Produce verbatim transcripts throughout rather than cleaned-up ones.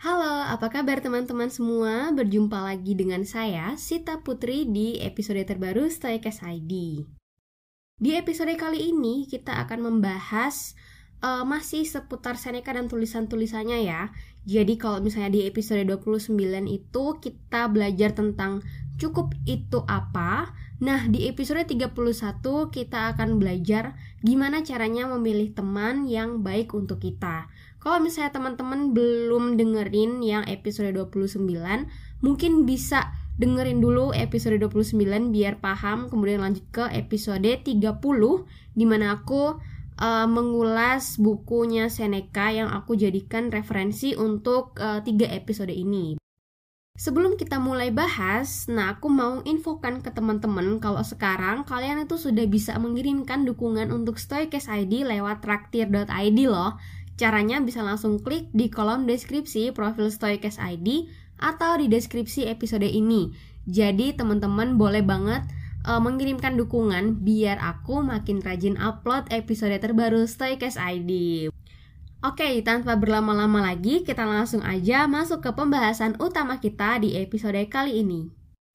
Halo, apa kabar teman-teman semua? Berjumpa lagi dengan saya, Sita Putri, di episode terbaru Stoikes I D. Di episode kali ini, kita akan membahas uh, masih seputar Seneca dan tulisan-tulisannya ya. Jadi kalau misalnya di episode dua puluh sembilan itu, kita belajar tentang cukup itu apa. Nah, di episode tiga puluh satu, kita akan belajar gimana caranya memilih teman yang baik untuk kita. Kalau misalnya teman-teman belum dengerin yang episode dua puluh sembilan, mungkin bisa dengerin dulu episode dua puluh sembilan biar paham, kemudian lanjut ke episode tiga puluh di mana aku uh, mengulas bukunya Seneca yang aku jadikan referensi untuk uh, tiga episode ini. Sebelum kita mulai bahas, nah aku mau infokan ke teman-teman kalau sekarang kalian itu sudah bisa mengirimkan dukungan untuk Stoikes I D lewat traktir dot i d loh. Caranya bisa langsung klik di kolom deskripsi profil Stoikes I D atau di deskripsi episode ini. Jadi teman-teman boleh banget uh, mengirimkan dukungan biar aku makin rajin upload episode terbaru Stoikes I D. Oke, tanpa berlama-lama lagi, kita langsung aja masuk ke pembahasan utama kita di episode kali ini.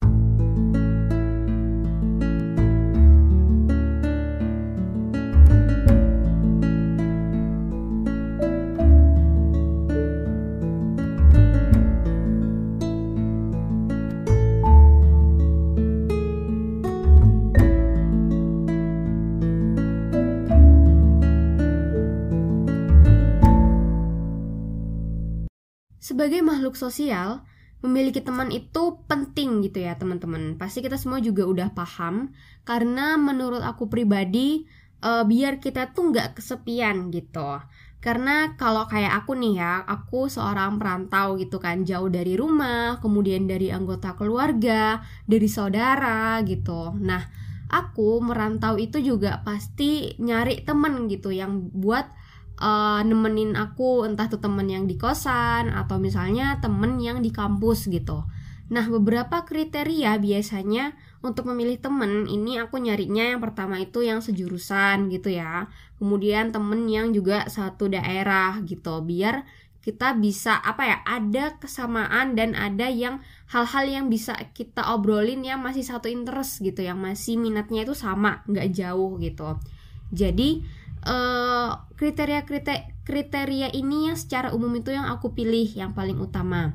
Sebagai makhluk sosial, memiliki teman itu penting gitu ya teman-teman. Pasti kita semua juga udah paham. Karena menurut aku pribadi, uh, biar kita tuh gak kesepian gitu. Karena kalau kayak aku nih ya, aku seorang perantau gitu kan, jauh dari rumah, kemudian dari anggota keluarga, dari saudara gitu. Nah, aku merantau itu juga pasti nyari temen gitu yang buat Uh, nemenin aku, entah itu temen yang di kosan atau misalnya temen yang di kampus gitu. Nah, beberapa kriteria biasanya untuk memilih temen ini aku nyarinya yang pertama itu yang sejurusan gitu ya. Kemudian temen yang juga satu daerah gitu, biar kita bisa apa ya, ada kesamaan dan ada yang hal-hal yang bisa kita obrolin yang masih satu interest gitu, yang masih minatnya itu sama, nggak jauh gitu. Jadi Uh, kriteria kriteria kriteria ini yang secara umum itu yang aku pilih yang paling utama.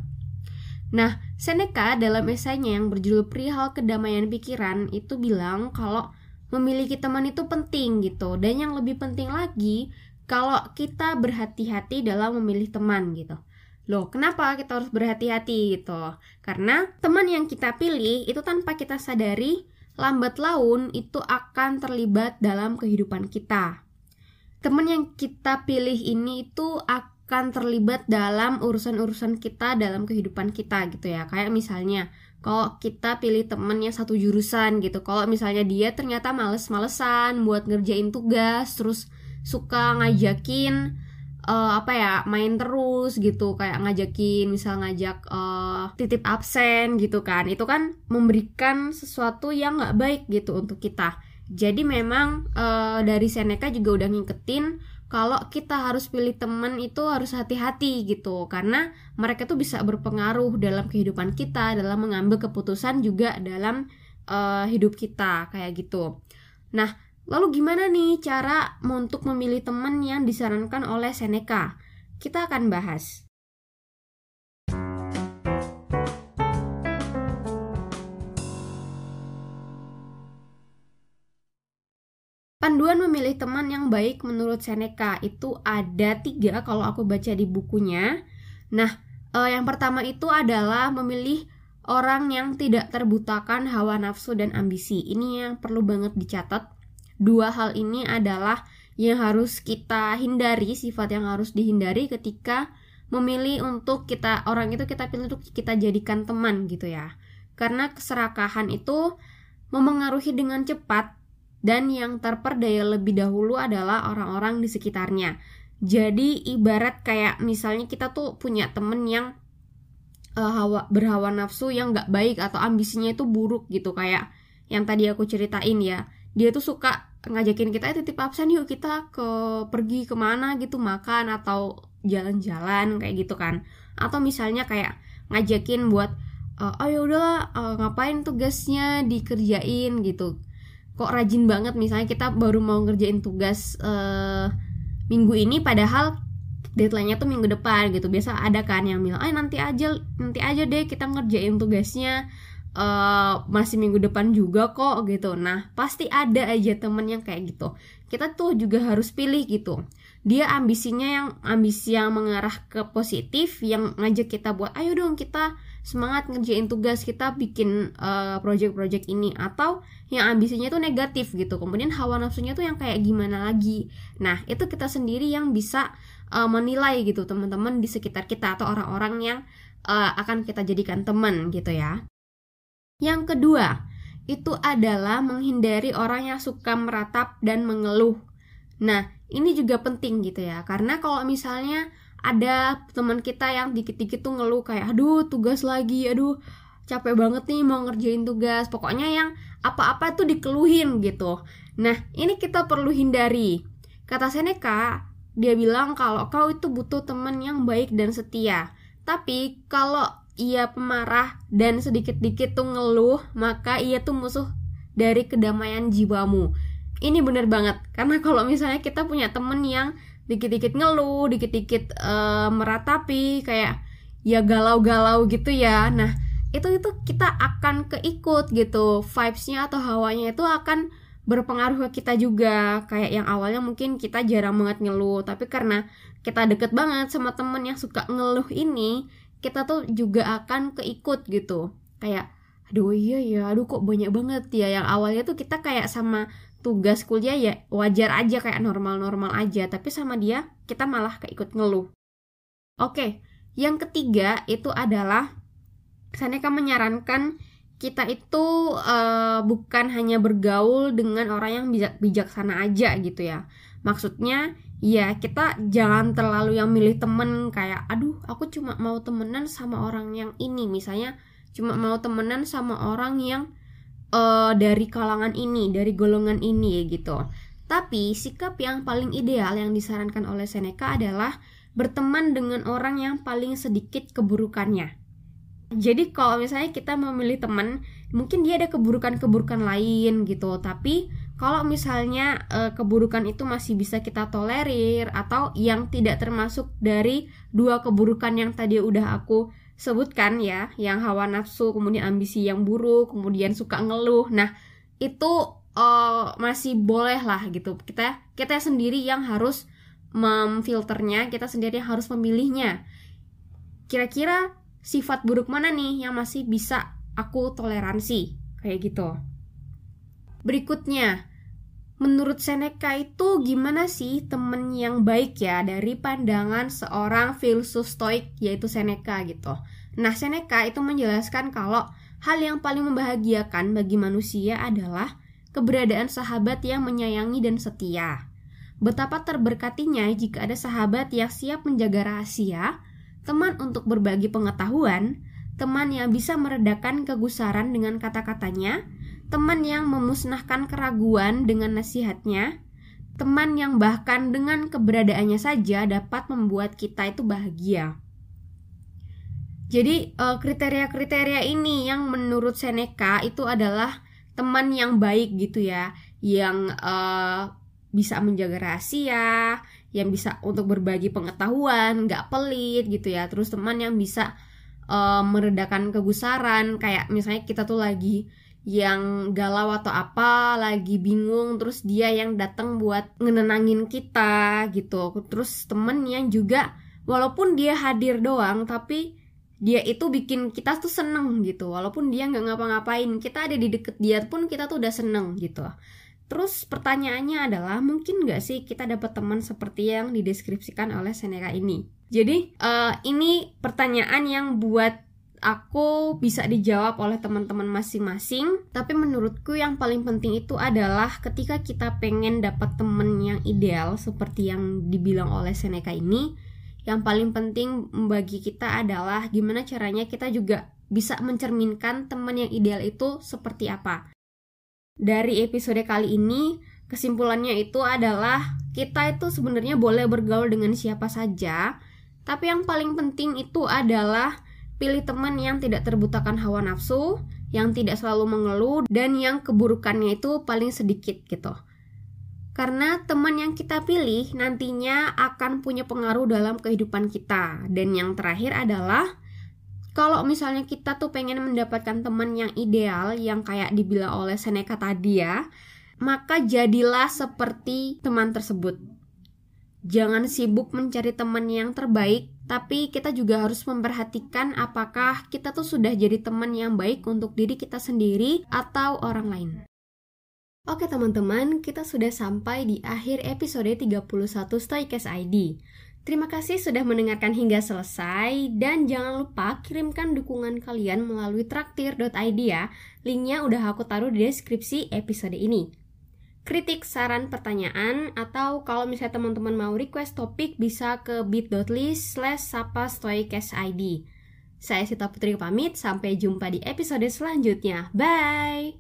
Nah, Seneca dalam esainya yang berjudul Perihal Kedamaian Pikiran itu bilang kalau memiliki teman itu penting gitu, dan yang lebih penting lagi kalau kita berhati-hati dalam memilih teman gitu. Loh, kenapa kita harus berhati-hati gitu? Karena teman yang kita pilih itu tanpa kita sadari, lambat laun itu akan terlibat dalam kehidupan kita. Teman yang kita pilih ini itu akan terlibat dalam urusan-urusan kita dalam kehidupan kita gitu ya. Kayak misalnya kalau kita pilih teman yang satu jurusan gitu, kalau misalnya dia ternyata males-malesan buat ngerjain tugas, terus suka ngajakin uh, apa ya, main terus gitu, kayak ngajakin misal ngajak uh, titip absen gitu kan, itu kan memberikan sesuatu yang gak baik gitu untuk kita. Jadi memang e, dari Seneca juga udah ngingetin kalau kita harus pilih teman itu harus hati-hati gitu, karena mereka tuh bisa berpengaruh dalam kehidupan kita, dalam mengambil keputusan juga dalam e, hidup kita kayak gitu. Nah, lalu gimana nih cara untuk memilih teman yang disarankan oleh Seneca? Kita akan bahas. Panduan memilih teman yang baik menurut Seneca itu ada tiga kalau aku baca di bukunya. Nah, eh, yang pertama itu adalah memilih orang yang tidak terbutakan hawa nafsu dan ambisi. Ini yang perlu banget dicatat. Dua hal ini adalah yang harus kita hindari, sifat yang harus dihindari ketika memilih untuk kita, orang itu kita pilih untuk kita jadikan teman gitu ya. Karena keserakahan itu memengaruhi dengan cepat, dan yang terperdaya lebih dahulu adalah orang-orang di sekitarnya. Jadi ibarat kayak misalnya kita tuh punya temen yang uh, hawa, berhawa nafsu yang gak baik atau ambisinya itu buruk gitu. Kayak yang tadi aku ceritain ya, dia tuh suka ngajakin kita, eh titip absen yuk kita ke pergi kemana gitu, makan atau jalan-jalan kayak gitu kan. Atau misalnya kayak ngajakin buat uh, oh ya udahlah uh, ngapain tugasnya dikerjain gitu. Kok rajin banget, misalnya kita baru mau ngerjain tugas uh, minggu ini padahal deadline-nya tuh minggu depan gitu. Biasa ada kan yang bilang, "Eh nanti aja nanti aja deh kita ngerjain tugasnya. Uh, masih minggu depan juga kok," gitu. Nah, pasti ada aja temen yang kayak gitu. Kita tuh juga harus pilih gitu. Dia ambisinya yang ambisi yang mengarah ke positif, yang ngajak kita buat, "Ayo dong kita semangat ngerjain tugas, kita bikin uh, project-project ini." Atau yang ambisinya tuh negatif gitu. Kemudian hawa nafsunya tuh yang kayak gimana lagi. Nah, itu kita sendiri yang bisa uh, menilai gitu, teman-teman di sekitar kita atau orang-orang yang uh, akan kita jadikan teman gitu ya. Yang kedua, itu adalah menghindari orang yang suka meratap dan mengeluh. Nah, ini juga penting gitu ya. Karena kalau misalnya ada teman kita yang dikit-dikit tuh ngeluh kayak, "Aduh, tugas lagi, aduh, capek banget nih mau ngerjain tugas." Pokoknya yang apa-apa tuh dikeluhin gitu. Nah, ini kita perlu hindari. Kata Seneca, dia bilang kalau kau itu butuh teman yang baik dan setia. Tapi kalau ia pemarah dan sedikit-dikit tuh ngeluh, maka ia tuh musuh dari kedamaian jiwamu. Ini bener banget, karena kalau misalnya kita punya temen yang dikit-dikit ngeluh, dikit-dikit uh, meratapi, kayak ya galau-galau gitu ya. Nah, itu itu kita akan keikut gitu, vibes-nya atau hawanya itu akan berpengaruh ke kita juga. Kayak yang awalnya mungkin kita jarang banget ngeluh, tapi karena kita deket banget sama temen yang suka ngeluh ini, kita tuh juga akan keikut gitu. Kayak, aduh iya ya, aduh kok banyak banget ya. Yang awalnya tuh kita kayak sama tugas kuliah ya wajar aja, kayak normal-normal aja. Tapi sama dia, kita malah keikut ngeluh. Oke, yang ketiga itu adalah Seneca menyarankan kita itu uh, bukan hanya bergaul dengan orang yang bijak, bijaksana aja gitu ya. Maksudnya ya kita jangan terlalu yang milih temen kayak, aduh aku cuma mau temenan sama orang yang ini. Misalnya cuma mau temenan sama orang yang uh, dari kalangan ini, dari golongan ini gitu. Tapi sikap yang paling ideal yang disarankan oleh Seneca adalah berteman dengan orang yang paling sedikit keburukannya. Jadi kalau misalnya kita memilih teman, mungkin dia ada keburukan-keburukan lain gitu. Tapi kalau misalnya e, keburukan itu masih bisa kita tolerir, atau yang tidak termasuk dari dua keburukan yang tadi udah aku sebutkan ya, yang hawa nafsu, kemudian ambisi yang buruk, kemudian suka ngeluh. Nah, itu e, masih boleh lah gitu. Kita kita sendiri yang harus memfilternya, kita sendiri yang harus memilihnya. Kira-kira sifat buruk mana nih yang masih bisa aku toleransi, kayak gitu. Berikutnya, menurut Seneca itu gimana sih temen yang baik ya dari pandangan seorang filsuf stoik yaitu Seneca gitu. Nah, Seneca itu menjelaskan kalau hal yang paling membahagiakan bagi manusia adalah keberadaan sahabat yang menyayangi dan setia. Betapa terberkatinya jika ada sahabat yang siap menjaga rahasia, teman untuk berbagi pengetahuan, teman yang bisa meredakan kegusaran dengan kata-katanya, teman yang memusnahkan keraguan dengan nasihatnya, teman yang bahkan dengan keberadaannya saja dapat membuat kita itu bahagia. Jadi kriteria-kriteria ini yang menurut Seneca itu adalah teman yang baik gitu ya, yang uh, bisa menjaga rahasia, yang bisa untuk berbagi pengetahuan, nggak pelit gitu ya. Terus teman yang bisa uh, meredakan kegusaran, kayak misalnya kita tuh lagi yang galau atau apa, lagi bingung, terus dia yang datang buat ngenenangin kita gitu. Terus teman yang juga walaupun dia hadir doang, tapi dia itu bikin kita tuh seneng gitu. Walaupun dia nggak ngapa-ngapain, kita ada di deket dia pun kita tuh udah seneng gitu. Terus pertanyaannya adalah, mungkin gak sih kita dapat teman seperti yang dideskripsikan oleh Seneca ini? Jadi uh, ini pertanyaan yang buat aku bisa dijawab oleh teman-teman masing-masing. Tapi menurutku yang paling penting itu adalah ketika kita pengen dapat teman yang ideal seperti yang dibilang oleh Seneca ini, yang paling penting bagi kita adalah gimana caranya kita juga bisa mencerminkan teman yang ideal itu seperti apa. Dari episode kali ini, kesimpulannya itu adalah kita itu sebenarnya boleh bergaul dengan siapa saja, Tapi yang paling penting itu adalah pilih teman yang tidak terbutakan hawa nafsu, yang tidak selalu mengeluh, dan yang keburukannya itu paling sedikit gitu. Karena teman yang kita pilih nantinya akan punya pengaruh dalam kehidupan kita. Dan yang terakhir adalah kalau misalnya kita tuh pengen mendapatkan teman yang ideal, yang kayak dibilang oleh Seneca tadi ya, maka jadilah seperti teman tersebut. Jangan sibuk mencari teman yang terbaik, tapi kita juga harus memperhatikan apakah kita tuh sudah jadi teman yang baik untuk diri kita sendiri atau orang lain. Oke teman-teman, kita sudah sampai di akhir episode tiga puluh satu Stoikes I D. Terima kasih sudah mendengarkan hingga selesai, dan jangan lupa kirimkan dukungan kalian melalui traktir dot i d ya. Linknya udah aku taruh di deskripsi episode ini. Kritik, saran, pertanyaan, atau kalau misalnya teman-teman mau request topik bisa ke bit.ly slash sapa stoikes id. Saya Sita Putri pamit, sampai jumpa di episode selanjutnya. Bye!